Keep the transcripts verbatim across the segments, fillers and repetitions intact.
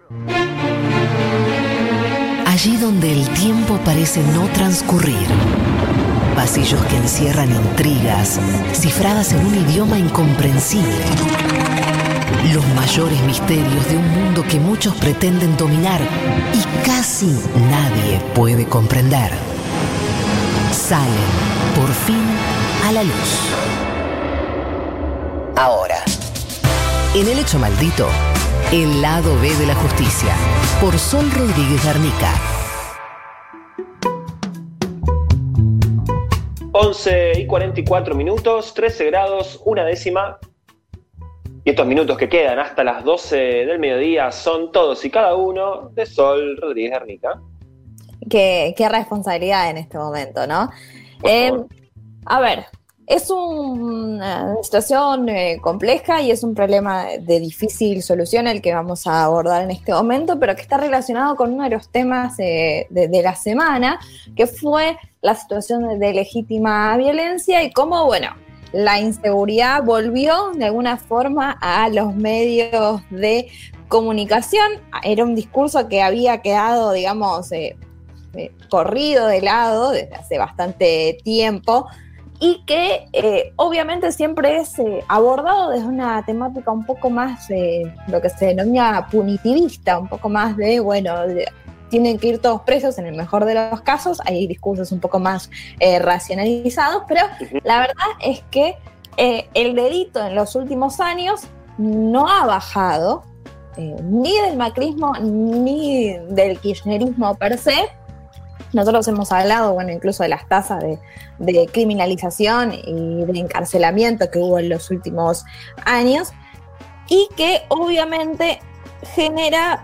Allí donde el tiempo parece no transcurrir. Pasillos que encierran intrigas, cifradas en un idioma incomprensible. Los mayores misterios de un mundo que muchos pretenden dominar y casi nadie puede comprender. Salen, por fin, a la luz. Ahora, en El Hecho Maldito, el lado B de la justicia, por Sol Rodríguez Garnica. once y cuarenta y cuatro minutos, trece grados, una décima. Y estos minutos que quedan hasta las doce del mediodía son todos y cada uno de Sol Rodríguez Garnica. Qué, qué responsabilidad en este momento, ¿no? Eh, a ver, es un, una situación eh, compleja y es un problema de difícil solución el que vamos a abordar en este momento, pero que está relacionado con uno de los temas eh, de, de la semana, que fue la situación de, de legítima violencia y cómo, bueno, la inseguridad volvió de alguna forma a los medios de comunicación. Era un discurso que había quedado, digamos, eh, eh, corrido de lado desde hace bastante tiempo y que eh, obviamente siempre es eh, abordado desde una temática un poco más, eh, lo que se denomina punitivista, un poco más de, bueno, de, tienen que ir todos presos en el mejor de los casos. Hay discursos un poco más eh, racionalizados, pero uh-huh. La verdad es que eh, el delito en los últimos años no ha bajado, eh, ni del macrismo ni del kirchnerismo per se. Nosotros hemos hablado, bueno, incluso de las tasas de, de criminalización y de encarcelamiento que hubo en los últimos años y que obviamente genera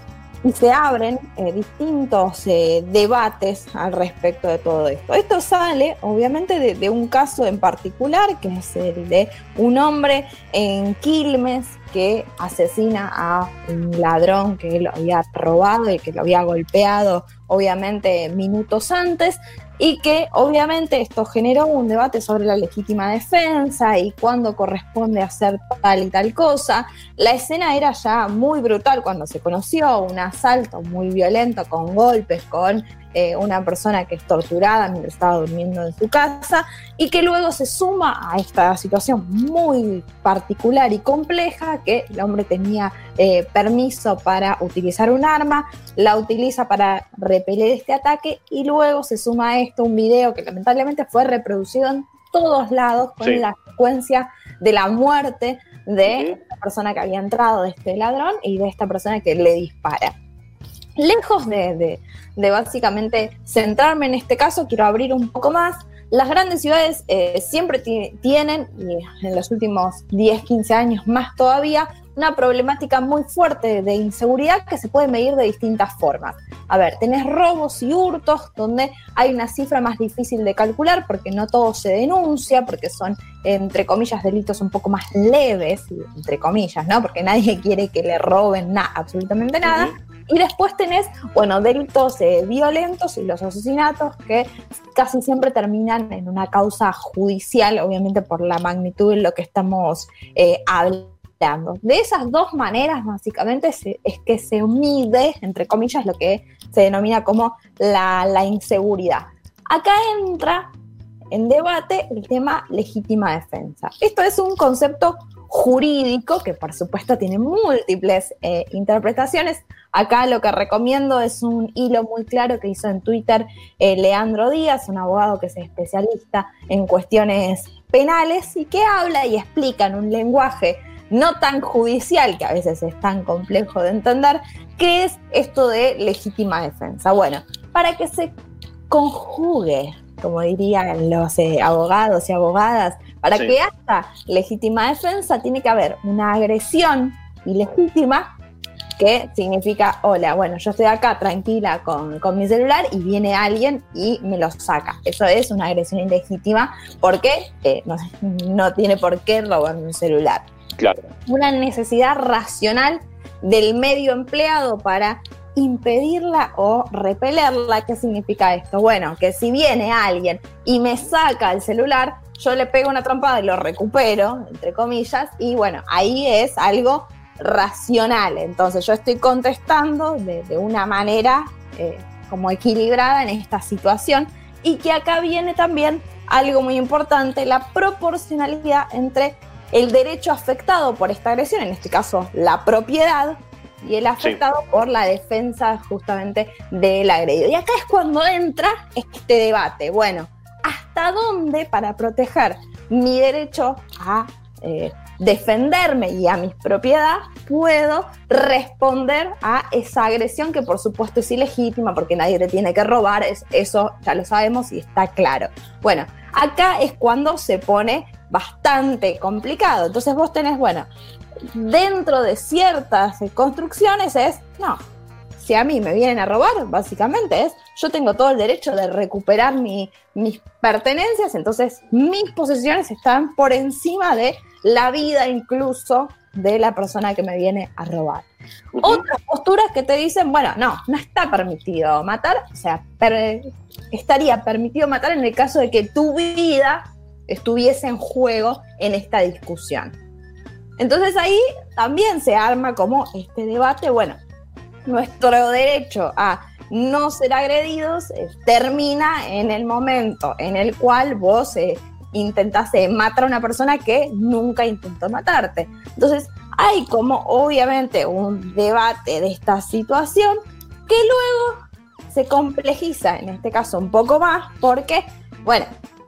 y se abren eh, distintos eh, debates al respecto de todo esto. Esto sale, obviamente, de, de un caso en particular, que es el de un hombre en Quilmes que asesina a un ladrón que lo había robado y que lo había golpeado, obviamente, minutos antes, y que obviamente esto generó un debate sobre la legítima defensa y cuándo corresponde hacer tal y tal cosa. La escena era ya muy brutal cuando se conoció, un asalto muy violento con golpes, con eh, una persona que es torturada mientras estaba durmiendo en su casa y que luego se suma a esta situación muy particular y compleja que el hombre tenía eh, permiso para utilizar un arma, la utiliza para repeler este ataque y luego se suma a esto un video que lamentablemente fue reproducido en todos lados con sí. la secuencia de la muerte de uh-huh. la persona que había entrado, de este ladrón y de esta persona que le dispara. Lejos de, de, de básicamente centrarme en este caso, quiero abrir un poco más. Las grandes ciudades eh, siempre t- tienen, y en los últimos diez, quince años más todavía, una problemática muy fuerte de inseguridad que se puede medir de distintas formas. A ver, tenés robos y hurtos donde hay una cifra más difícil de calcular porque no todo se denuncia, porque son, entre comillas, delitos un poco más leves, entre comillas, ¿no? Porque nadie quiere que le roben nada, absolutamente nada. Uh-huh. Y después tenés, bueno, delitos eh, violentos y los asesinatos que casi siempre terminan en una causa judicial, obviamente por la magnitud de lo que estamos eh, hablando. De esas dos maneras, básicamente, se, es que se mide, entre comillas, lo que se denomina como la, la inseguridad. Acá entra en debate el tema legítima defensa. Esto es un concepto jurídico que, por supuesto, tiene múltiples eh, interpretaciones. Acá lo que recomiendo es un hilo muy claro que hizo en Twitter eh, Leandro Díaz, un abogado que es especialista en cuestiones penales y que habla y explica en un lenguaje no tan judicial, que a veces es tan complejo de entender, qué es esto de legítima defensa. Bueno, para que se conjugue, como dirían los eh, abogados y abogadas, para sí. que haya legítima defensa tiene que haber una agresión ilegítima, que significa, hola, bueno, yo estoy acá tranquila con, con mi celular y viene alguien y me lo saca. Eso es una agresión ilegítima porque eh, no, no tiene por qué robarme un celular. Claro. Una necesidad racional del medio empleado para impedirla o repelerla. ¿Qué significa esto? Bueno, que si viene alguien y me saca el celular, yo le pego una trompada y lo recupero, entre comillas, y bueno, ahí es algo racional. Entonces yo estoy contestando de, de una manera eh, como equilibrada en esta situación, y que acá viene también algo muy importante, la proporcionalidad entre el derecho afectado por esta agresión, en este caso la propiedad, y el afectado sí. por la defensa justamente del agredido. Y acá es cuando entra este debate. Bueno, ¿hasta dónde para proteger mi derecho a eh, defenderme y a mi propiedad puedo responder a esa agresión, que por supuesto es ilegítima porque nadie te tiene que robar? Es, eso ya lo sabemos y está claro. Bueno, acá es cuando se pone bastante complicado. Entonces vos tenés, bueno, dentro de ciertas construcciones es, no, si a mí me vienen a robar, básicamente es, yo tengo todo el derecho de recuperar mi, mis pertenencias, entonces mis posesiones están por encima de la vida incluso de la persona que me viene a robar. Uh-huh. Otras posturas que te dicen, bueno, no, no está permitido matar, o sea, per, estaría permitido matar en el caso de que tu vida estuviese en juego en esta discusión. Entonces ahí también se arma como este debate, bueno, nuestro derecho a no ser agredidos eh, termina en el momento en el cual vos eh, intentás eh, matar a una persona que nunca intentó matarte. Entonces hay como obviamente un debate de esta situación que luego se complejiza, en este caso un poco más, porque, bueno,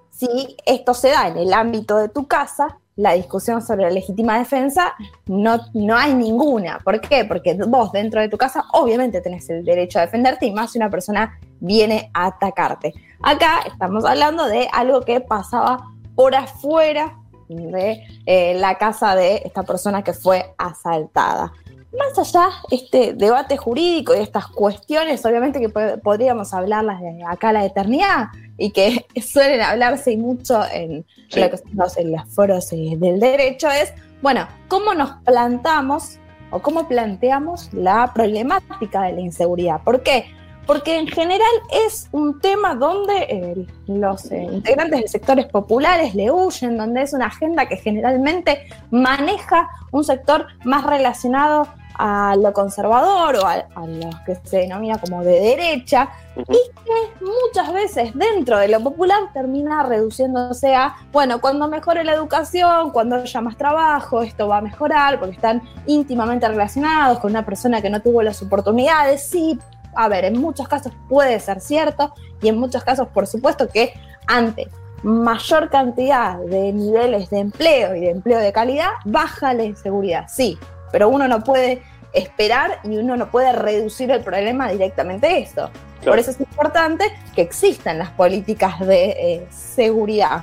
si esto se da en el ámbito de tu casa, la discusión sobre la legítima defensa no, no hay ninguna. ¿Por qué? Porque vos dentro de tu casa obviamente tenés el derecho a defenderte, y más si una persona viene a atacarte. Acá estamos hablando de algo que pasaba por afuera de eh, la casa de esta persona que fue asaltada. Más allá este debate jurídico y estas cuestiones, obviamente que po- podríamos hablarlas de acá a la eternidad, y que suelen hablarse y mucho en, sí. lo que son los, en los foros eh, del derecho, es, bueno, ¿cómo nos plantamos o cómo planteamos la problemática de la inseguridad? ¿Por qué? Porque en general es un tema donde eh, los eh, integrantes de sectores populares le huyen, donde es una agenda que generalmente maneja un sector más relacionado a lo conservador o a, a lo que se denomina como de derecha, y que muchas veces dentro de lo popular termina reduciéndose a, bueno, cuando mejore la educación, cuando haya más trabajo, esto va a mejorar, porque están íntimamente relacionados con una persona que no tuvo las oportunidades. Sí, a ver, en muchos casos puede ser cierto, y en muchos casos, por supuesto, que ante mayor cantidad de niveles de empleo y de empleo de calidad, baja la inseguridad, sí, pero uno no puede esperar y uno no puede reducir el problema directamente a esto. Claro. Por eso es importante que existan las políticas de eh, seguridad.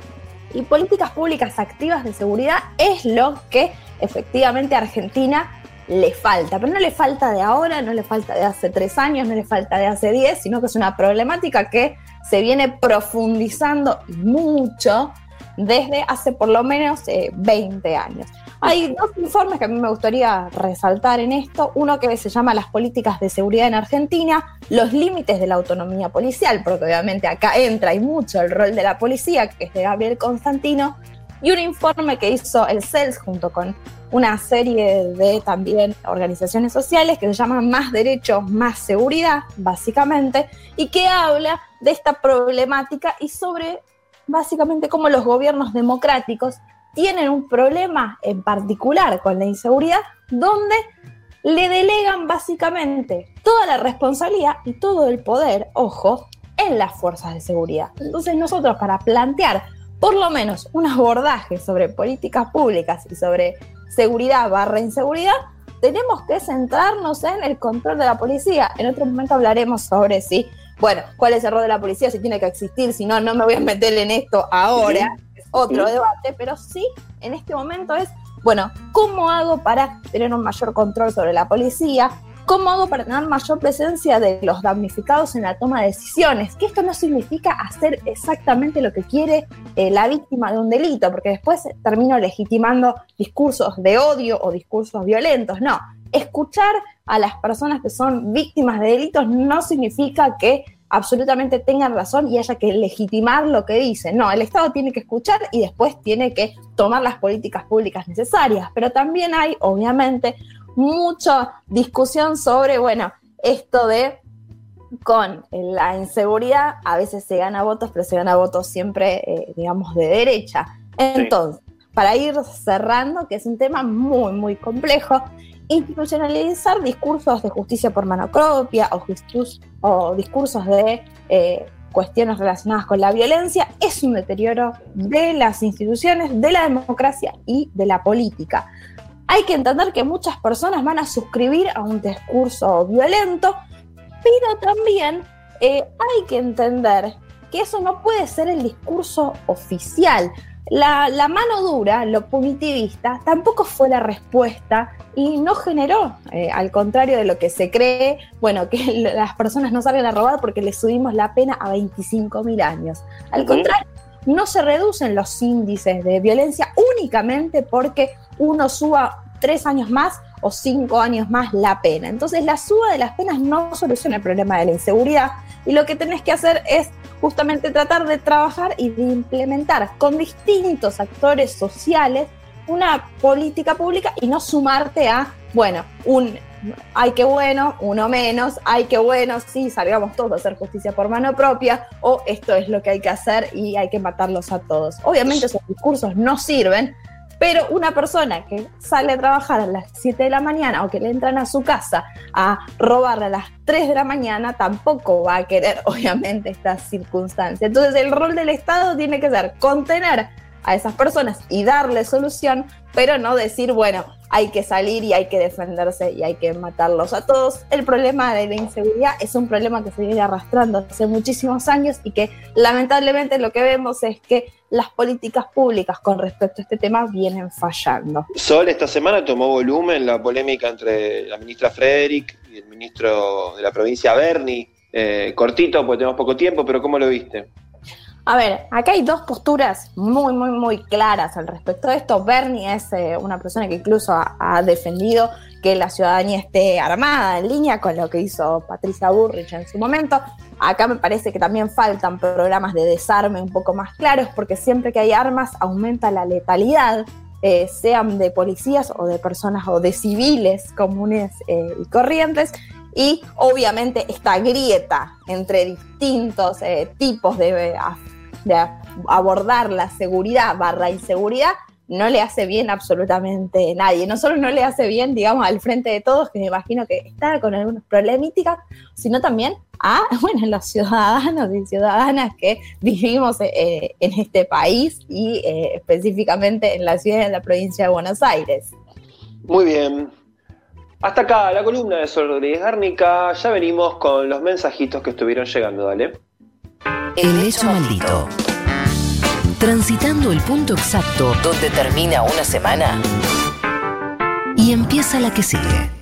Y políticas públicas activas de seguridad es lo que efectivamente a Argentina le falta, pero no le falta de ahora, no le falta de hace tres años, no le falta de hace diez, sino que es una problemática que se viene profundizando mucho desde hace por lo menos eh, veinte años. Hay dos informes que a mí me gustaría resaltar en esto. Uno que se llama Las políticas de seguridad en Argentina, los límites de la autonomía policial, porque obviamente acá entra y mucho el rol de la policía, que es de Gabriel Constantino, y un informe que hizo el C E L S junto con una serie de también organizaciones sociales que se llaman Más Derechos, Más Seguridad, básicamente, y que habla de esta problemática y sobre básicamente cómo los gobiernos democráticos tienen un problema en particular con la inseguridad, donde le delegan básicamente toda la responsabilidad y todo el poder, ojo, en las fuerzas de seguridad. Entonces nosotros, para plantear por lo menos un abordaje sobre políticas públicas y sobre seguridad barra inseguridad, tenemos que centrarnos en el control de la policía. En otro momento hablaremos sobre si, bueno, cuál es el rol de la policía, si tiene que existir, si no, no me voy a meter en esto ahora. Sí. Otro debate, pero sí, en este momento es, bueno, ¿cómo hago para tener un mayor control sobre la policía? ¿Cómo hago para tener mayor presencia de los damnificados en la toma de decisiones? Que esto no significa hacer exactamente lo que quiere eh, la víctima de un delito, porque después termino legitimando discursos de odio o discursos violentos. No, escuchar a las personas que son víctimas de delitos no significa que absolutamente tengan razón y haya que legitimar lo que dicen. No, el Estado tiene que escuchar y después tiene que tomar las políticas públicas necesarias. Pero también hay, obviamente, mucha discusión sobre, bueno, esto de con la inseguridad a veces se gana votos, pero se gana votos siempre, eh, digamos, de derecha. Entonces, sí. Para ir cerrando, que es un tema muy, muy complejo, institucionalizar discursos de justicia por mano propia o, justus, o discursos de eh, cuestiones relacionadas con la violencia es un deterioro de las instituciones, de la democracia y de la política. Hay que entender que muchas personas van a suscribir a un discurso violento, pero también eh, hay que entender que eso no puede ser el discurso oficial. La, la mano dura, lo punitivista, tampoco fue la respuesta y no generó, eh, al contrario de lo que se cree, bueno, que las personas no salgan a robar porque les subimos la pena a veinticinco mil años. Al uh-huh. contrario, no se reducen los índices de violencia únicamente porque uno suba tres años más o cinco años más la pena. Entonces la suba de las penas no soluciona el problema de la inseguridad y lo que tenés que hacer es justamente tratar de trabajar y de implementar con distintos actores sociales una política pública y no sumarte a, bueno, un ay qué bueno, uno menos, ay qué bueno, sí, salgamos todos a hacer justicia por mano propia, o esto es lo que hay que hacer y hay que matarlos a todos. Obviamente esos discursos no sirven, pero una persona que sale a trabajar a las siete de la mañana o que le entran a su casa a robar a las tres de la mañana tampoco va a querer, obviamente, estas circunstancias. Entonces el rol del Estado tiene que ser contener a esas personas y darle solución, pero no decir, bueno, hay que salir y hay que defenderse y hay que matarlos a todos. El problema de la inseguridad es un problema que se viene arrastrando hace muchísimos años y que lamentablemente lo que vemos es que las políticas públicas con respecto a este tema vienen fallando. Sol, esta semana tomó volumen la polémica entre la ministra Frederick y el ministro de la provincia Berni. Eh, cortito, porque tenemos poco tiempo, pero ¿cómo lo viste? A ver, acá hay dos posturas muy, muy, muy claras al respecto de esto. Berni es eh, una persona que incluso ha, ha defendido que la ciudadanía esté armada, en línea con lo que hizo Patricia Bullrich en su momento. Acá me parece que también faltan programas de desarme un poco más claros, porque siempre que hay armas aumenta la letalidad, eh, sean de policías o de personas o de civiles comunes eh, y corrientes. Y obviamente esta grieta entre distintos eh, tipos de, de abordar la seguridad barra inseguridad no le hace bien absolutamente a nadie. No solo no le hace bien, digamos, al frente de todos, que me imagino que está con algunas problemáticas, sino también a, bueno, los ciudadanos y ciudadanas que vivimos eh, en este país y eh, específicamente en la ciudad y en la provincia de Buenos Aires. Muy bien. Hasta acá la columna de Sol Rodríguez Garnica. Ya venimos con los mensajitos que estuvieron llegando, dale. El hecho maldito. Transitando el punto exacto donde termina una semana y empieza la que sigue.